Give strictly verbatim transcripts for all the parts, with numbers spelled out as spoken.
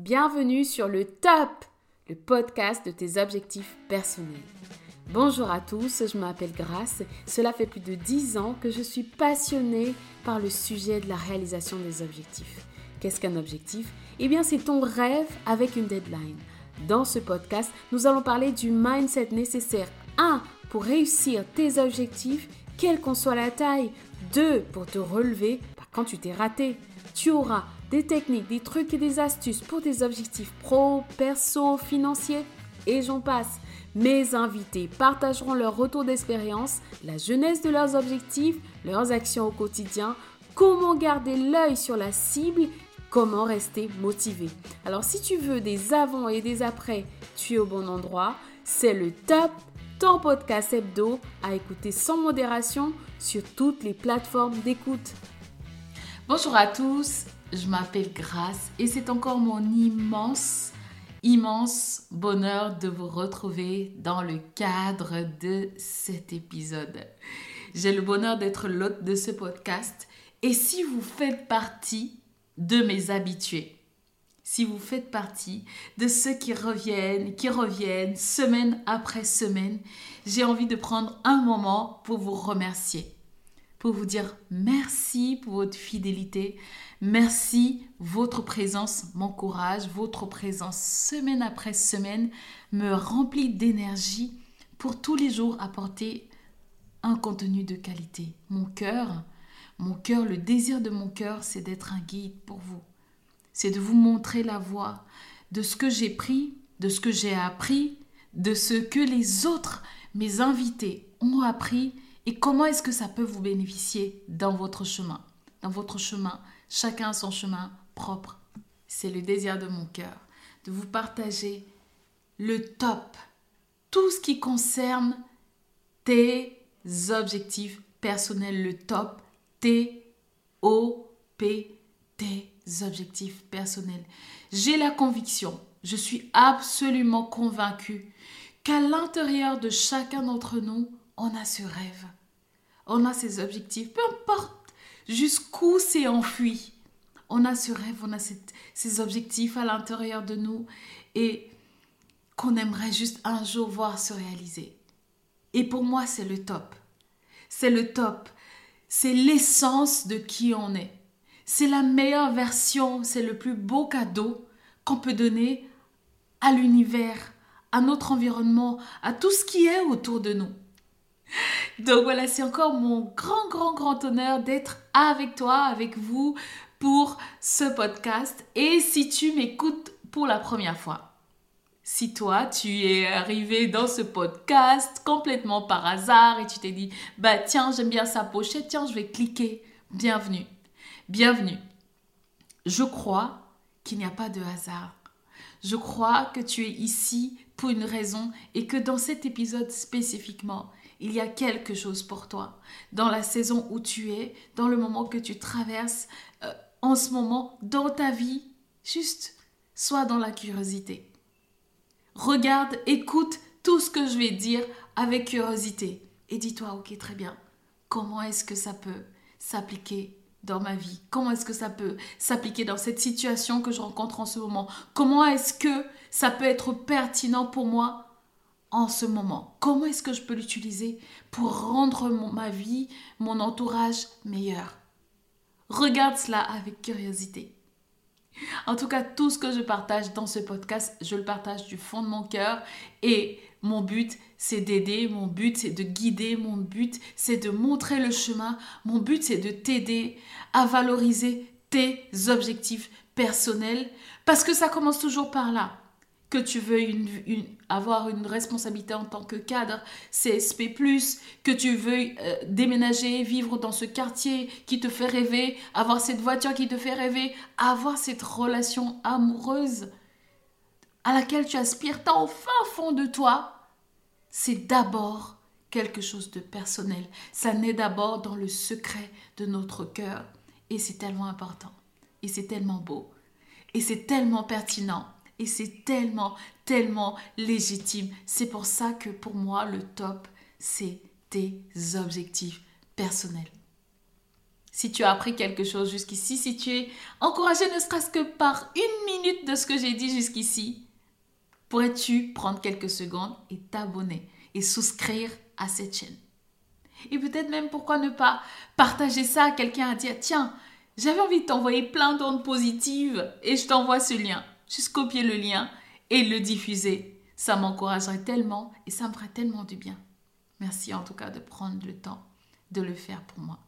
Bienvenue sur le Top, le podcast de tes objectifs personnels. Bonjour à tous, je m'appelle Grace. Cela fait plus de dix ans que je suis passionnée par le sujet de la réalisation des objectifs. Qu'est-ce qu'un objectif ? Eh bien, c'est ton rêve avec une deadline. Dans ce podcast, nous allons parler du mindset nécessaire. un. Pour réussir tes objectifs, quelle qu'en soit la taille. deux. Pour te relever quand tu t'es raté. Tu auras des techniques, des trucs et des astuces pour tes objectifs pro, perso, financiers et j'en passe. Mes invités partageront leur retour d'expérience, la jeunesse de leurs objectifs, leurs actions au quotidien, comment garder l'œil sur la cible, comment rester motivé. Alors si tu veux des avant et des après, tu es au bon endroit. C'est le Top, ton podcast hebdo à écouter sans modération sur toutes les plateformes d'écoute. Bonjour à tous, je m'appelle Grace et c'est encore mon immense, immense bonheur de vous retrouver dans le cadre de cet épisode. J'ai le bonheur d'être l'hôte de ce podcast et si vous faites partie de mes habitués, si vous faites partie de ceux qui reviennent, qui reviennent semaine après semaine, j'ai envie de prendre un moment pour vous remercier. Pour vous dire merci pour votre fidélité, merci, votre présence m'encourage, votre présence semaine après semaine me remplit d'énergie pour tous les jours apporter un contenu de qualité. Mon cœur, mon cœur, le désir de mon cœur, c'est d'être un guide pour vous. C'est de vous montrer la voie de ce que j'ai pris, de ce que j'ai appris, de ce que les autres, mes invités, ont appris. Et comment est-ce que ça peut vous bénéficier dans votre chemin ? Dans votre chemin, chacun a son chemin propre. C'est le désir de mon cœur de vous partager le top, tout ce qui concerne tes objectifs personnels, le top, T O P, tes objectifs personnels. J'ai la conviction, je suis absolument convaincue qu'à l'intérieur de chacun d'entre nous, on a ce rêve. On a ces objectifs, peu importe jusqu'où c'est enfoui. On a ce rêve, on a cette, ces objectifs à l'intérieur de nous et qu'on aimerait juste un jour voir se réaliser. Et pour moi, c'est le top. C'est le top. C'est l'essence de qui on est. C'est la meilleure version, c'est le plus beau cadeau qu'on peut donner à l'univers, à notre environnement, à tout ce qui est autour de nous. Donc voilà, c'est encore mon grand, grand, grand honneur d'être avec toi, avec vous pour ce podcast. Et si tu m'écoutes pour la première fois, si toi, tu es arrivé dans ce podcast complètement par hasard et tu t'es dit, bah tiens, j'aime bien sa pochette, tiens, je vais cliquer. Bienvenue, bienvenue. Je crois qu'il n'y a pas de hasard. Je crois que tu es ici pour une raison et que dans cet épisode spécifiquement, il y a quelque chose pour toi. Dans la saison où tu es, dans le moment que tu traverses, euh, en ce moment, dans ta vie, juste sois dans la curiosité. Regarde, écoute tout ce que je vais dire avec curiosité. Et dis-toi, ok, très bien, comment est-ce que ça peut s'appliquer dans ma vie? Comment est-ce que ça peut s'appliquer dans cette situation que je rencontre en ce moment? Comment est-ce que ça peut être pertinent pour moi en ce moment? Comment est-ce que je peux l'utiliser pour rendre mon, ma vie, mon entourage meilleur? Regarde cela avec curiosité. En tout cas, tout ce que je partage dans ce podcast, je le partage du fond de mon cœur et mon but, c'est d'aider, mon but, c'est de guider, mon but, c'est de montrer le chemin, mon but, c'est de t'aider à valoriser tes objectifs personnels parce que ça commence toujours par là. Que tu veux une, une, avoir une responsabilité en tant que cadre C S P plus, que tu veux euh, déménager, vivre dans ce quartier qui te fait rêver, avoir cette voiture qui te fait rêver, avoir cette relation amoureuse à laquelle tu aspires tant au fin fond de toi, c'est d'abord quelque chose de personnel. Ça naît d'abord dans le secret de notre cœur et c'est tellement important et c'est tellement beau et c'est tellement pertinent. Et c'est tellement, tellement légitime. C'est pour ça que pour moi, le top, c'est tes objectifs personnels. si tu as appris quelque chose jusqu'ici, si tu es encouragé ne serait-ce que par une minute de ce que j'ai dit jusqu'ici, pourrais-tu prendre quelques secondes et t'abonner et souscrire à cette chaîne? Et peut-être même pourquoi ne pas partager ça à quelqu'un, à dire tiens, j'avais envie de t'envoyer plein d'ondes positives et je t'envoie ce lien. Juste copier le lien et le diffuser. Ça m'encouragerait tellement et ça me ferait tellement du bien. Merci en tout cas de prendre le temps de le faire pour moi.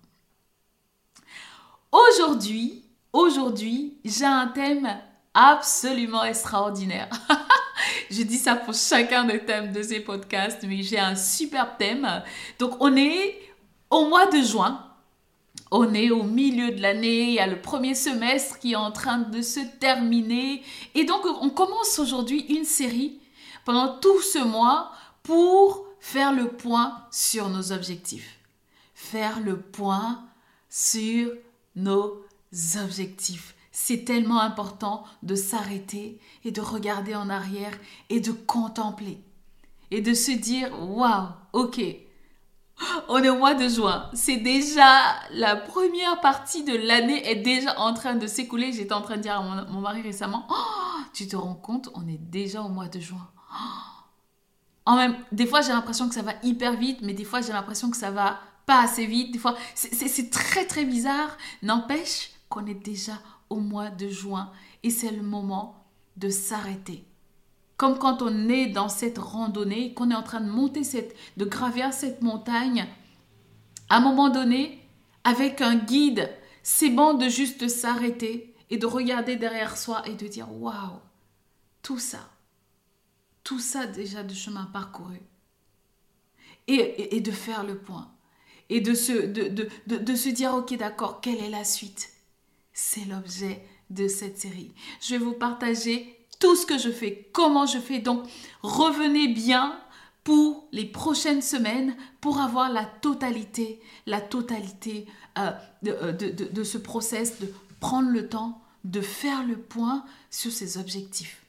Aujourd'hui, aujourd'hui, j'ai un thème absolument extraordinaire. Je dis ça pour chacun des thèmes de ces podcasts, mais j'ai un super thème. Donc, on est au mois de juin. On est au milieu de l'année. Il y a le premier semestre qui est en train de se terminer. Et donc, on commence aujourd'hui une série pendant tout ce mois pour faire le point sur nos objectifs. Faire le point sur nos objectifs. C'est tellement important de s'arrêter et de regarder en arrière et de contempler. Et de se dire, waouh, ok, on est au mois de juin. C'est déjà, la première partie de l'année est déjà en train de s'écouler. J'étais en train de dire à mon, mon mari récemment, oh, tu te rends compte, on est déjà au mois de juin. Oh. En même, des fois, j'ai l'impression que ça va hyper vite, mais des fois, j'ai l'impression que ça va pas assez vite. Des fois, c'est, c'est, c'est très, très bizarre. N'empêche qu'on est déjà au mois de juin et c'est le moment de s'arrêter. Comme quand on est dans cette randonnée, qu'on est en train de monter, cette, de gravir cette montagne, à un moment donné, avec un guide, c'est bon de juste s'arrêter et de regarder derrière soi et de dire « Waouh, tout ça, tout ça déjà de chemin parcouru. » Et, et, et de faire le point. Et de se, de, de, de, de se dire « Ok, d'accord, quelle est la suite ?» C'est l'objet de cette série. Je vais vous partager tout ce que je fais, comment je fais. Donc, revenez bien pour les prochaines semaines pour avoir la totalité, la totalité euh, de, de, de, de ce process, de prendre le temps de faire le point sur ses objectifs.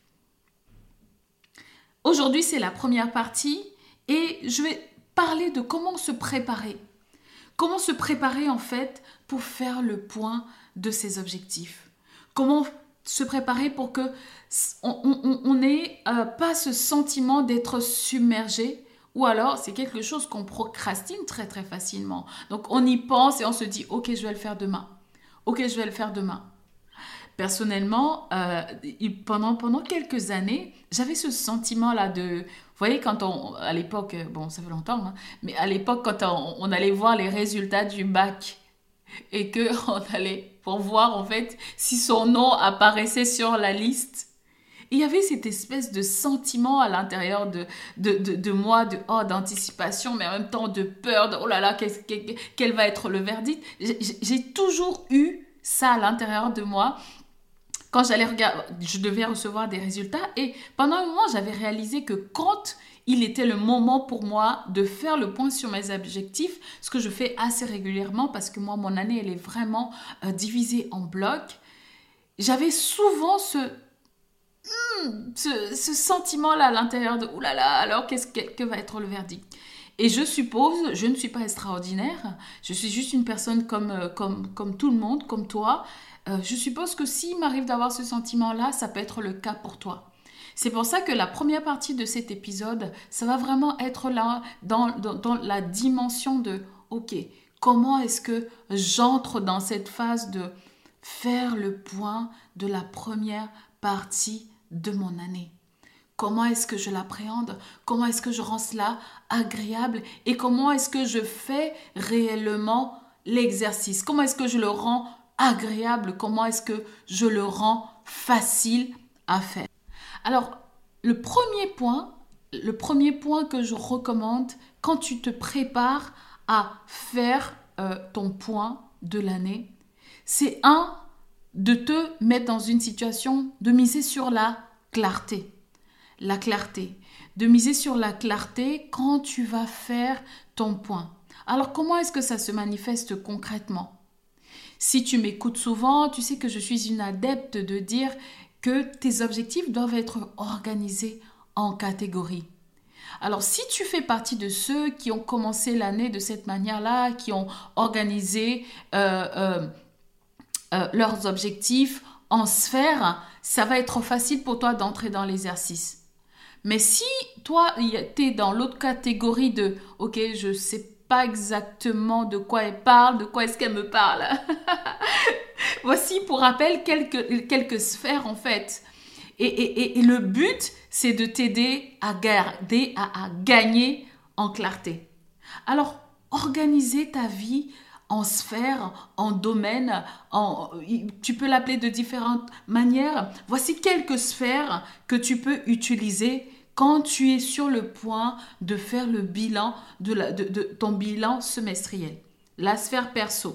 Aujourd'hui, c'est la première partie et je vais parler de comment se préparer. Comment se préparer en fait pour faire le point de ses objectifs. Comment se préparer pour que on n'ait euh, pas ce sentiment d'être submergé ou alors c'est quelque chose qu'on procrastine très très facilement. Donc on y pense et on se dit ok je vais le faire demain. Ok je vais le faire demain. Personnellement, euh, pendant, pendant quelques années, j'avais ce sentiment-là de... Vous voyez, quand on... À l'époque, bon, ça fait longtemps, hein, mais à l'époque, quand on, on allait voir les résultats du bac et qu'on allait pour voir, en fait, si son nom apparaissait sur la liste, il y avait cette espèce de sentiment à l'intérieur de, de, de, de moi, de, oh, d'anticipation, mais en même temps de peur, de oh là là, quel, quel, quel va être le verdict. J'ai, j'ai toujours eu ça à l'intérieur de moi. Quand j'allais regarder, je devais recevoir des résultats et pendant un moment, j'avais réalisé que quand il était le moment pour moi de faire le point sur mes objectifs, ce que je fais assez régulièrement parce que moi, mon année, elle est vraiment euh, divisée en blocs, j'avais souvent ce, hmm, ce, ce sentiment-là à l'intérieur de « Ouh là là, alors qu'est-ce que, que va être le verdict ?» Et je suppose, je ne suis pas extraordinaire, je suis juste une personne comme, comme, comme tout le monde, comme toi. Euh, je suppose que s'il m'arrive d'avoir ce sentiment-là, ça peut être le cas pour toi. C'est pour ça que la première partie de cet épisode, ça va vraiment être là dans, dans, dans la dimension de « Ok, comment est-ce que j'entre dans cette phase de faire le point de la première partie de mon année ?» Comment est-ce que je l'appréhende? Comment est-ce que je rends cela agréable? Et comment est-ce que je fais réellement l'exercice? Comment est-ce que je le rends agréable? Comment est-ce que je le rends facile à faire? Alors, le premier point, le premier point que je recommande quand tu te prépares à faire euh, ton point de l'année, c'est un, de te mettre dans une situation de miser sur la clarté. La clarté, de miser sur la clarté quand tu vas faire ton point. Alors, comment est-ce que ça se manifeste concrètement? Si tu m'écoutes souvent, tu sais que je suis une adepte de dire que tes objectifs doivent être organisés en catégories. Alors, si tu fais partie de ceux qui ont commencé l'année de cette manière-là, qui ont organisé euh, euh, euh, leurs objectifs en sphère, ça va être facile pour toi d'entrer dans l'exercice. Mais si toi, tu es dans l'autre catégorie de « Ok, je ne sais pas exactement de quoi elle parle, de quoi est-ce qu'elle me parle. » Voici pour rappel quelques, quelques sphères en fait. Et, et, et le but, c'est de t'aider à garder, à, à gagner en clarté. Alors, organiser ta vie en sphères, en domaines, en, tu peux l'appeler de différentes manières. Voici quelques sphères que tu peux utiliser quand tu es sur le point de faire le bilan de, la, de, de ton bilan semestriel. La sphère perso.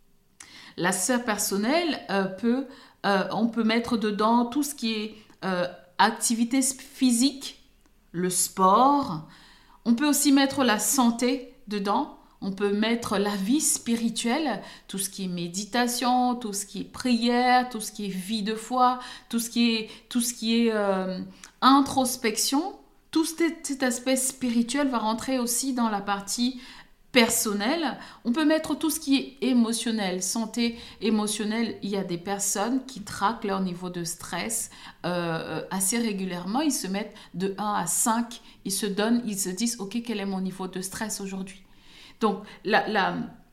La sphère personnelle euh, peut, euh, on peut mettre dedans tout ce qui est euh, activité physique, le sport. On peut aussi mettre la santé dedans. On peut mettre la vie spirituelle, tout ce qui est méditation, tout ce qui est prière, tout ce qui est vie de foi, tout ce qui est, tout ce qui est euh, introspection. Tout cet, cet aspect spirituel va rentrer aussi dans la partie personnelle. On peut mettre tout ce qui est émotionnel, santé émotionnelle. Il y a des personnes qui traquent leur niveau de stress euh, assez régulièrement. Ils se mettent de un à cinq, ils se donnent, ils se disent « Ok, quel est mon niveau de stress aujourd'hui ?» Donc, la, la,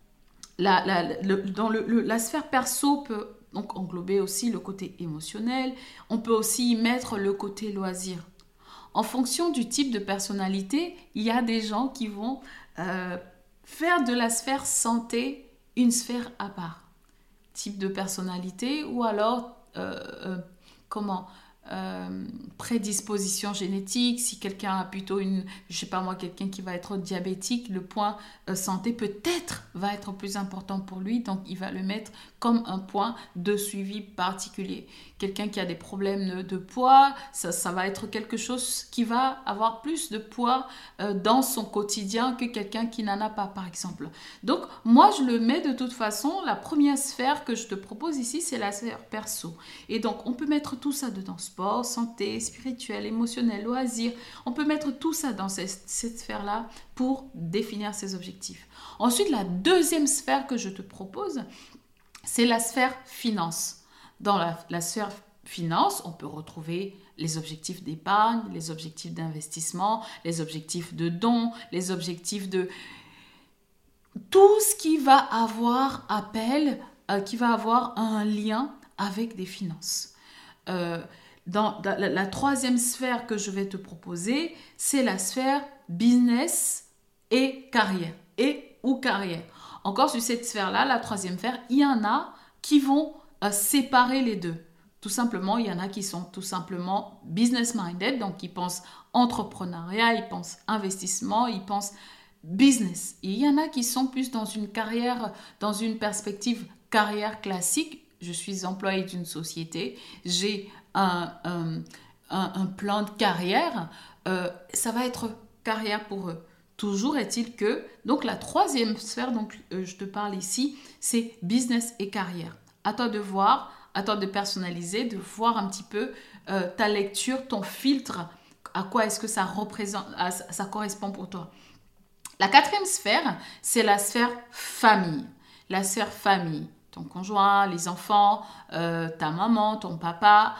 la, la, le, dans le, le, la sphère perso peut donc englober aussi le côté émotionnel. On peut aussi y mettre le côté loisir. En fonction du type de personnalité, il y a des gens qui vont euh, faire de la sphère santé une sphère à part. Type de personnalité ou alors, euh, euh, comment Euh, prédisposition génétique, si quelqu'un a plutôt une, je sais pas moi, quelqu'un qui va être diabétique, le point euh, santé peut-être va être plus important pour lui, donc il va le mettre comme un point de suivi particulier. Quelqu'un qui a des problèmes de, de poids, ça, ça va être quelque chose qui va avoir plus de poids euh, dans son quotidien que quelqu'un qui n'en a pas, par exemple. Donc, moi, je le mets de toute façon, la première sphère que je te propose ici, c'est la sphère perso. Et donc, on peut mettre tout ça dedans. Sport, santé, spirituel, émotionnel, loisir. On peut mettre tout ça dans cette, cette sphère-là pour définir ses objectifs. Ensuite, la deuxième sphère que je te propose, c'est la sphère finance. Dans la, la sphère finance, on peut retrouver les objectifs d'épargne, les objectifs d'investissement, les objectifs de dons, les objectifs de... Tout ce qui va avoir appel, euh, qui va avoir un lien avec des finances. Euh, Dans la, la troisième sphère que je vais te proposer, c'est la sphère business et carrière. Et ou carrière. Encore sur cette sphère-là, la troisième sphère, il y en a qui vont euh, séparer les deux. Tout simplement, il y en a qui sont tout simplement business-minded, donc ils pensent entrepreneuriat, ils pensent investissement, ils pensent business. Et il y en a qui sont plus dans une carrière, dans une perspective carrière classique. Je suis employée d'une société, j'ai un, un, un, un plan de carrière, euh, ça va être carrière pour eux. Toujours est-il que, donc la troisième sphère dont euh, je te parle ici, c'est business et carrière. À toi de voir, à toi de personnaliser, de voir un petit peu euh, ta lecture, ton filtre, à quoi est-ce que ça représente, à, ça correspond pour toi. La quatrième sphère, c'est la sphère famille. La sphère famille. Ton conjoint, les enfants, euh, ta maman, ton papa,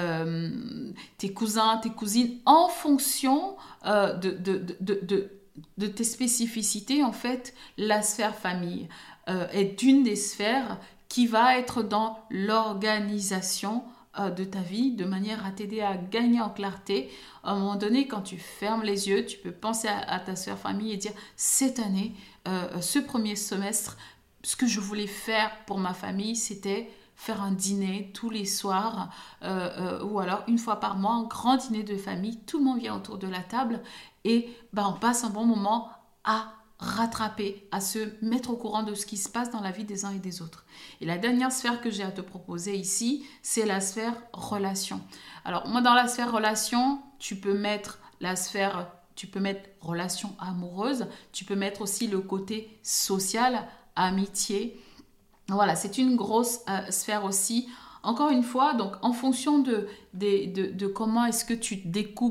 euh, tes cousins, tes cousines, en fonction euh, de, de, de, de, de, de tes spécificités, en fait, la sphère famille euh, est une des sphères qui va être dans l'organisation euh, de ta vie, de manière à t'aider à gagner en clarté. À un moment donné, quand tu fermes les yeux, tu peux penser à, à ta sphère famille et dire, cette année, euh, ce premier semestre, ce que je voulais faire pour ma famille, c'était faire un dîner tous les soirs euh, euh, ou alors une fois par mois, un grand dîner de famille. Tout le monde vient autour de la table et ben, on passe un bon moment à rattraper, à se mettre au courant de ce qui se passe dans la vie des uns et des autres. Et la dernière sphère que j'ai à te proposer ici, c'est la sphère relation. Alors moi, dans la sphère relation, tu peux mettre la sphère, tu peux mettre relation amoureuse, tu peux mettre aussi le côté social, amitié. Voilà, c'est une grosse euh, sphère aussi. Encore une fois, donc en fonction de, de, de, de comment est-ce que tu découpes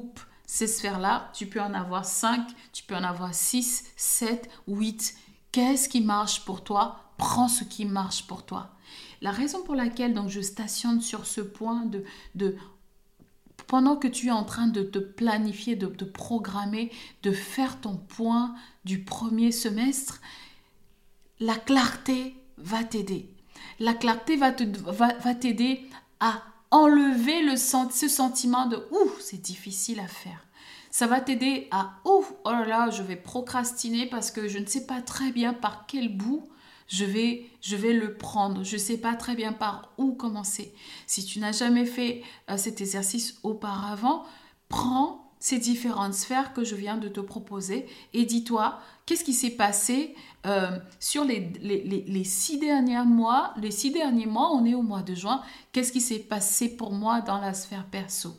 Ces sphères-là, tu peux en avoir cinq, tu peux en avoir six, sept, huit. Qu'est-ce qui marche pour toi? Prends ce qui marche pour toi. La raison pour laquelle donc, je stationne sur ce point de, de pendant que tu es en train de te planifier, de te programmer, de faire ton point du premier semestre, la clarté va t'aider. La clarté va, te, va, va t'aider à enlever le, ce sentiment de « Ouh, c'est difficile à faire ». Ça va t'aider à « Ouh, oh là là, je vais procrastiner parce que je ne sais pas très bien par quel bout je vais, je vais le prendre. Je ne sais pas très bien par où commencer ». Si tu n'as jamais fait euh, cet exercice auparavant, prends ces différentes sphères que je viens de te proposer et dis-toi, qu'est-ce qui s'est passé euh, sur les, les, les, les six derniers mois? Les six derniers mois, on est au mois de juin. Qu'est-ce qui s'est passé pour moi dans la sphère perso?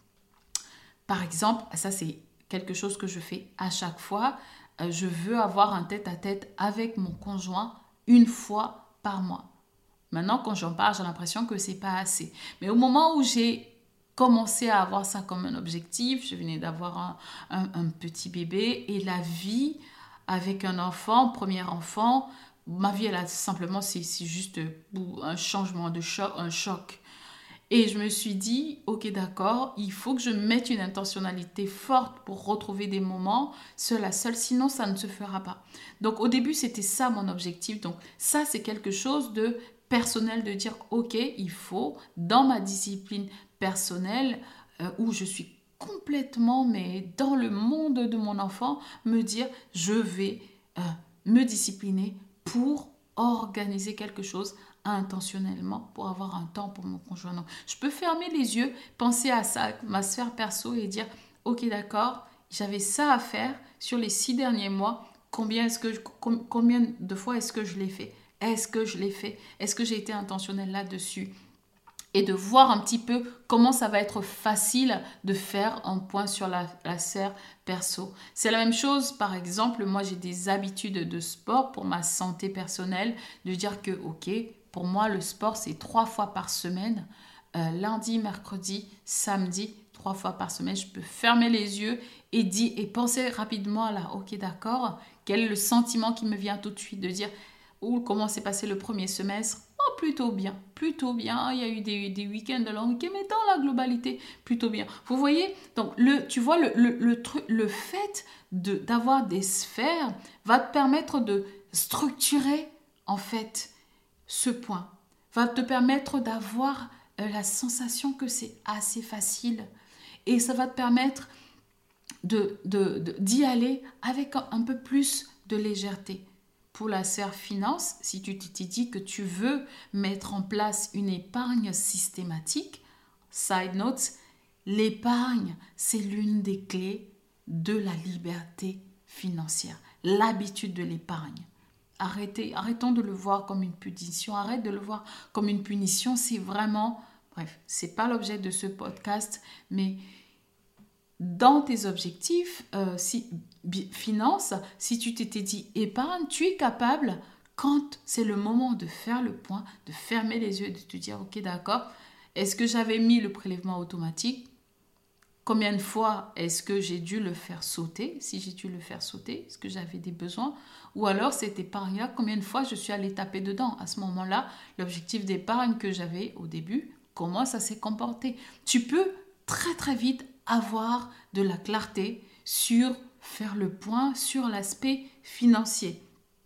Par exemple, ça c'est quelque chose que je fais à chaque fois. Euh, je veux avoir un tête-à-tête avec mon conjoint une fois par mois. Maintenant, quand j'en parle, j'ai l'impression que c'est pas assez. Mais au moment où j'ai commencé à avoir ça comme un objectif, je venais d'avoir un, un, un petit bébé et la vie avec un enfant, premier enfant, ma vie, elle a simplement, c'est, c'est juste un changement de choc, un choc. Et je me suis dit, ok, d'accord, il faut que je mette une intentionnalité forte pour retrouver des moments seul à seul, sinon ça ne se fera pas. Donc au début, c'était ça mon objectif. Donc ça, c'est quelque chose de personnel, de dire, ok, il faut, dans ma discipline personnelle, euh, où je suis complètement, mais dans le monde de mon enfant, me dire, je vais euh, me discipliner pour organiser quelque chose intentionnellement pour avoir un temps pour mon conjoint. Donc, je peux fermer les yeux, penser à ça, ma sphère perso et dire, ok, d'accord, j'avais ça à faire sur les six derniers mois. Combien, est-ce que je, combien de fois est-ce que je l'ai fait? Est-ce que je l'ai fait? Est-ce que j'ai été intentionnelle là-dessus? Et de voir un petit peu comment ça va être facile de faire un point sur la, la sphère perso. C'est la même chose, par exemple, moi j'ai des habitudes de sport pour ma santé personnelle, de dire que, ok, pour moi le sport c'est trois fois par semaine, euh, lundi, mercredi, samedi, trois fois par semaine, je peux fermer les yeux et, dire, et penser rapidement à la, ok d'accord, quel est le sentiment qui me vient tout de suite de dire, ou comment s'est passé le premier semestre? Oh, plutôt bien, plutôt bien. Il y a eu des, des week-ends de long week-end, mais dans la globalité, plutôt bien. Vous voyez, donc le, tu vois, le, le, le, truc, le fait de, d'avoir des sphères va te permettre de structurer, en fait, ce point. Va te permettre d'avoir euh, la sensation que c'est assez facile. Et ça va te permettre de, de, de, d'y aller avec un, un peu plus de légèreté. Pour la sphère finance, si tu t'es dit que tu veux mettre en place une épargne systématique, side note, l'épargne, c'est l'une des clés de la liberté financière. L'habitude de l'épargne. Arrêtez, arrêtons de le voir comme une punition, arrête de le voir comme une punition, c'est vraiment, bref, c'est pas l'objet de ce podcast, mais dans tes objectifs, euh, si, finance, si tu t'étais dit épargne, tu es capable, quand c'est le moment de faire le point, de fermer les yeux et de te dire, ok, d'accord, est-ce que j'avais mis le prélèvement automatique? Combien de fois est-ce que j'ai dû le faire sauter? Si j'ai dû le faire sauter, est-ce que j'avais des besoins? Ou alors, cette épargne-là, combien de fois je suis allée taper dedans? À ce moment-là, l'objectif d'épargne que j'avais au début, comment ça s'est comporté? Tu peux très très vite avoir de la clarté sur faire le point sur l'aspect financier.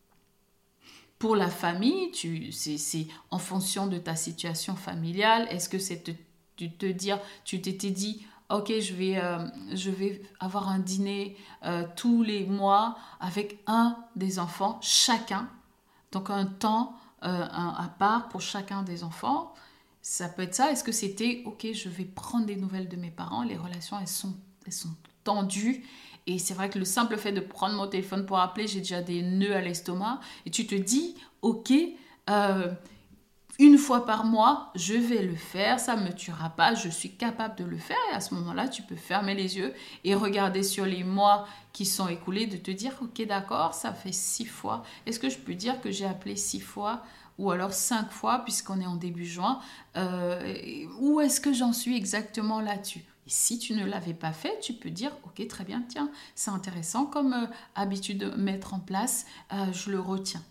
Pour la famille, tu, c'est, c'est en fonction de ta situation familiale. Est-ce que c'est te, te, te dire, tu t'étais dit, ok, je vais, euh, je vais avoir un dîner euh, tous les mois avec un des enfants, chacun. Donc un temps euh, un, à part pour chacun des enfants. Ça peut être ça. Est-ce que c'était, ok, je vais prendre des nouvelles de mes parents. Les relations, elles sont, elles sont tendues. Et c'est vrai que le simple fait de prendre mon téléphone pour appeler, j'ai déjà des nœuds à l'estomac. Et tu te dis, ok, euh, une fois par mois, je vais le faire. Ça ne me tuera pas. Je suis capable de le faire. Et à ce moment-là, tu peux fermer les yeux et regarder sur les mois qui sont écoulés, de te dire, ok, d'accord, ça fait six fois. Est-ce que je peux dire que j'ai appelé six fois ou alors cinq fois, puisqu'on est en début juin, euh, où est-ce que j'en suis exactement là-dessus? Et si tu ne l'avais pas fait, tu peux dire, ok, très bien, tiens, c'est intéressant comme euh, habitude de mettre en place, euh, je le retiens.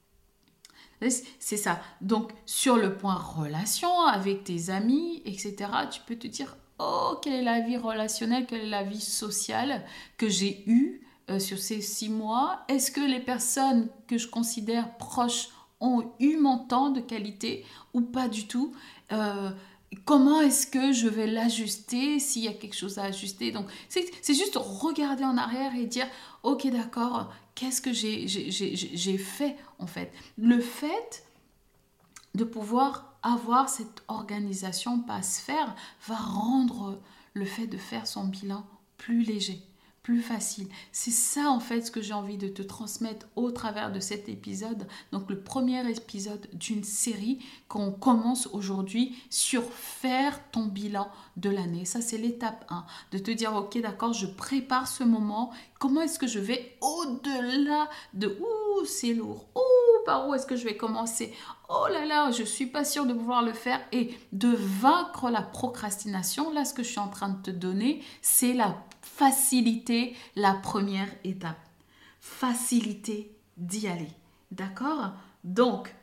C'est ça. Donc, sur le point relation avec tes amis, et cetera, tu peux te dire, oh, quelle est la vie relationnelle, quelle est la vie sociale que j'ai eue euh, sur ces six mois? Est-ce que les personnes que je considère proches ont eu mon temps de qualité ou pas du tout? euh, Comment est-ce que je vais l'ajuster s'il y a quelque chose à ajuster? Donc, c'est, c'est juste regarder en arrière et dire, ok, d'accord, qu'est-ce que j'ai, j'ai, j'ai, j'ai fait en fait? Le fait de pouvoir avoir cette organisation passe-faire va rendre le fait de faire son bilan plus léger, plus facile. C'est ça en fait ce que j'ai envie de te transmettre au travers de cet épisode. Donc le premier épisode d'une série qu'on commence aujourd'hui sur faire ton bilan de l'année. Ça c'est l'étape un, de te dire ok d'accord, je prépare ce moment. Comment est-ce que je vais au-delà de ouh c'est lourd, ouh par où est-ce que je vais commencer, oh là là je suis pas sûre de pouvoir le faire, et de vaincre la procrastination. Là ce que je suis en train de te donner c'est la faciliter la première étape. Faciliter d'y aller. D'accord? Donc,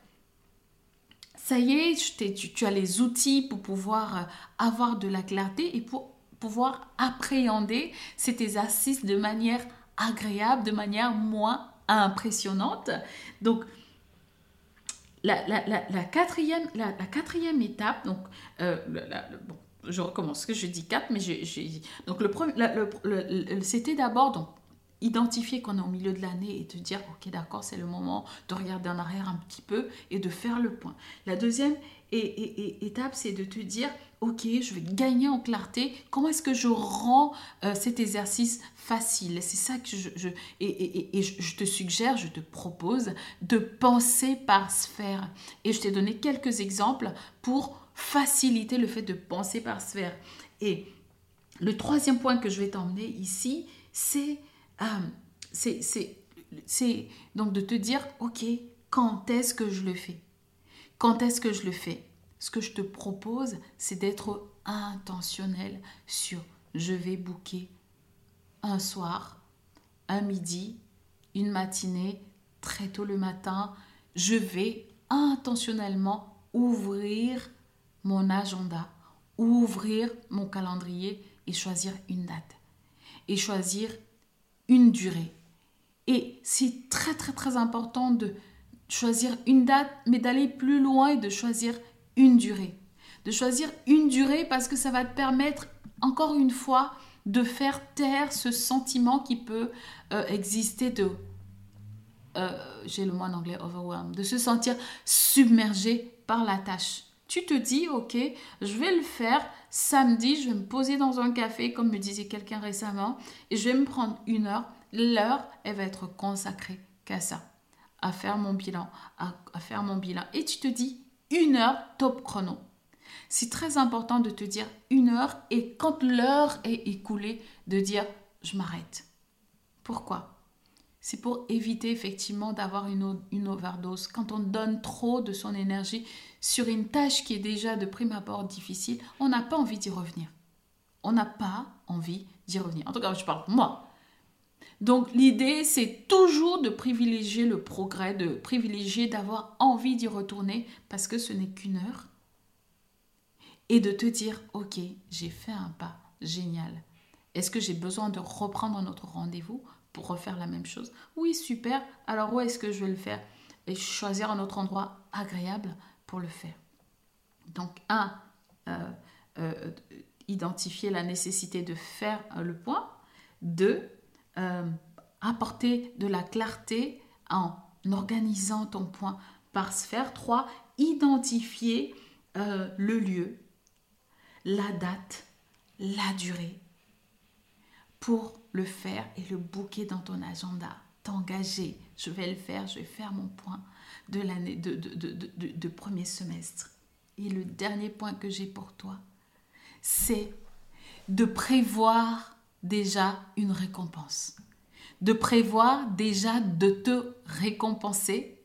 ça y est, tu, tu as les outils pour pouvoir avoir de la clarté et pour pouvoir appréhender ces exercices de manière agréable, de manière moins impressionnante. Donc, la, la, la, la, quatrième, la, la quatrième étape, donc, euh, la, la, bon, je recommence, parce que je dis quatre, mais j'ai, j'ai donc le premier, le, le, le, c'était d'abord donc identifier qu'on est au milieu de l'année et te dire ok d'accord, c'est le moment de regarder en arrière un petit peu et de faire le point. La deuxième et, et, et, étape, c'est de te dire ok, je vais gagner en clarté. Comment est-ce que je rends euh, cet exercice facile? C'est ça que je, je et, et, et je te suggère, je te propose de penser par sphère. Et je t'ai donné quelques exemples pour faciliter le fait de penser par sphère. Et le troisième point que je vais t'emmener ici, c'est, euh, c'est, c'est, c'est donc de te dire, ok, quand est-ce que je le fais? Quand est-ce que je le fais? Ce que je te propose, c'est d'être intentionnel sur je vais booker un soir, un midi, une matinée, très tôt le matin. Je vais intentionnellement ouvrir mon agenda, ouvrir mon calendrier et choisir une date et choisir une durée. Et c'est très très très important de choisir une date, mais d'aller plus loin et de choisir une durée. De choisir une durée parce que ça va te permettre, encore une fois, de faire taire ce sentiment qui peut euh, exister de, euh, j'ai le mot en anglais, overwhelmed, de se sentir submergé par la tâche. Tu te dis, ok, je vais le faire samedi, je vais me poser dans un café, comme me disait quelqu'un récemment, et je vais me prendre une heure. L'heure, elle va être consacrée qu'à ça, à faire mon bilan, à, à faire mon bilan. Et tu te dis, une heure, top chrono. C'est très important de te dire une heure, et quand l'heure est écoulée, de dire, je m'arrête. Pourquoi ? C'est pour éviter effectivement d'avoir une, une overdose. Quand on donne trop de son énergie sur une tâche qui est déjà de prime abord difficile, on n'a pas envie d'y revenir. On n'a pas envie d'y revenir. En tout cas, je parle pour moi. Donc l'idée, c'est toujours de privilégier le progrès, de privilégier d'avoir envie d'y retourner parce que ce n'est qu'une heure. Et de te dire, ok, j'ai fait un pas, génial. Est-ce que j'ai besoin de reprendre notre rendez-vous pour refaire la même chose? Oui, super. Alors où est-ce que je vais le faire? Et choisir un autre endroit agréable pour le faire. Donc, un, euh, euh, identifier la nécessité de faire euh, le point. Deux, euh, apporter de la clarté en organisant ton point par sphère. Trois, identifier euh, le lieu, la date, la durée pour le faire et le booker dans ton agenda, t'engager. Je vais le faire, je vais faire mon point de l'année de, de, de, de, de, de premier semestre. Et le dernier point que j'ai pour toi, c'est de prévoir déjà une récompense. De prévoir déjà de te récompenser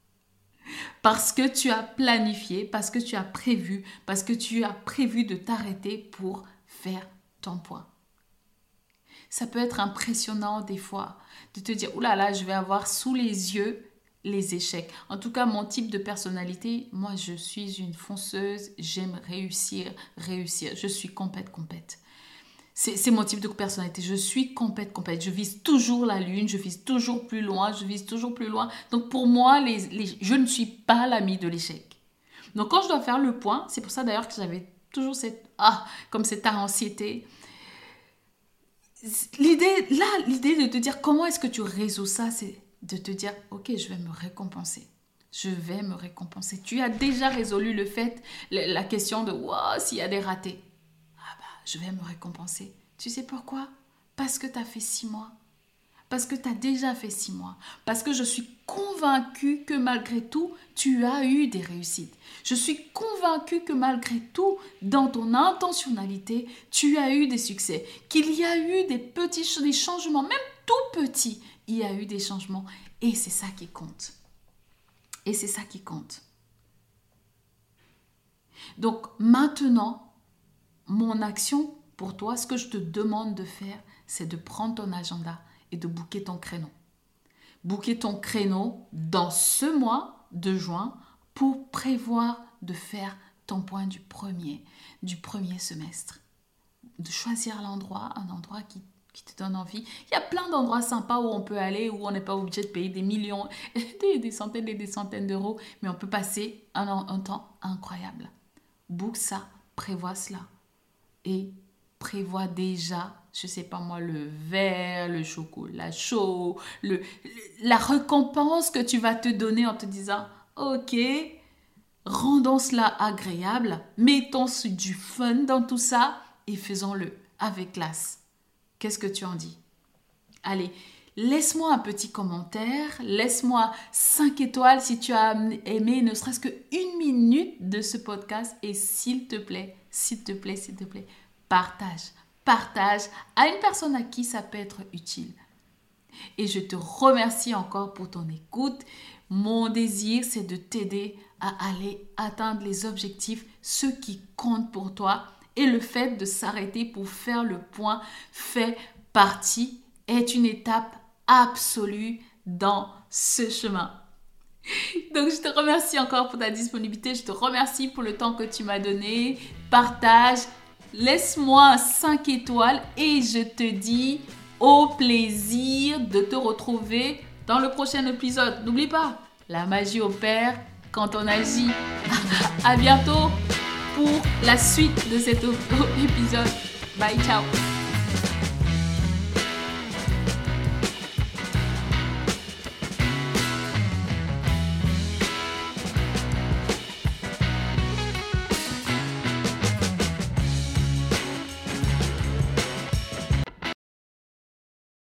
parce que tu as planifié, parce que tu as prévu, parce que tu as prévu de t'arrêter pour faire ton point. Ça peut être impressionnant des fois de te dire « Ouh là là, je vais avoir sous les yeux les échecs ». En tout cas, mon type de personnalité, moi je suis une fonceuse, j'aime réussir, réussir. Je suis compète, compète. C'est, c'est mon type de personnalité. Je suis compète, compète. Je vise toujours la lune, je vise toujours plus loin, je vise toujours plus loin. Donc pour moi, les, les, je ne suis pas l'ami de l'échec. Donc quand je dois faire le point, c'est pour ça d'ailleurs que j'avais toujours cette, ah, comme cette anxiété. L'idée, là, l'idée de te dire comment est-ce que tu résous ça, c'est de te dire, ok, je vais me récompenser. Je vais me récompenser. Tu as déjà résolu le fait, la question de, wow, s'il y a des ratés. Ah bah, je vais me récompenser. Tu sais pourquoi? Parce que tu as fait six mois. Parce que tu as déjà fait six mois. Parce que je suis convaincue que malgré tout, tu as eu des réussites. Je suis convaincue que malgré tout, dans ton intentionnalité, tu as eu des succès. Qu'il y a eu des petits des changements, même tout petits, il y a eu des changements. Et c'est ça qui compte. Et c'est ça qui compte. Donc maintenant, mon action pour toi, ce que je te demande de faire, c'est de prendre ton agenda et de booker ton créneau. Booker ton créneau dans ce mois de juin pour prévoir de faire ton point du premier, du premier semestre. De choisir l'endroit, un endroit qui, qui te donne envie. Il y a plein d'endroits sympas où on peut aller, où on n'est pas obligé de payer des millions, des, des centaines et des centaines d'euros, mais on peut passer un, un temps incroyable. Book ça, prévois cela et prévois déjà, je sais pas moi, le verre, le chocolat chaud, le, la récompense que tu vas te donner en te disant « Ok, rendons cela agréable, mettons du fun dans tout ça et faisons-le avec classe. » Qu'est-ce que tu en dis? Allez, laisse-moi un petit commentaire, laisse-moi cinq étoiles si tu as aimé ne serait-ce qu'une minute de ce podcast et s'il te plaît, s'il te plaît, s'il te plaît, partage, partage à une personne à qui ça peut être utile. Et je te remercie encore pour ton écoute. Mon désir, c'est de t'aider à aller atteindre les objectifs, ceux qui comptent pour toi. Et le fait de s'arrêter pour faire le point fait partie, est une étape absolue dans ce chemin. Donc, je te remercie encore pour ta disponibilité. Je te remercie pour le temps que tu m'as donné. Partage. Laisse-moi cinq étoiles et je te dis au plaisir de te retrouver dans le prochain épisode. N'oublie pas, la magie opère quand on agit. À bientôt pour la suite de cet épisode. Bye, ciao.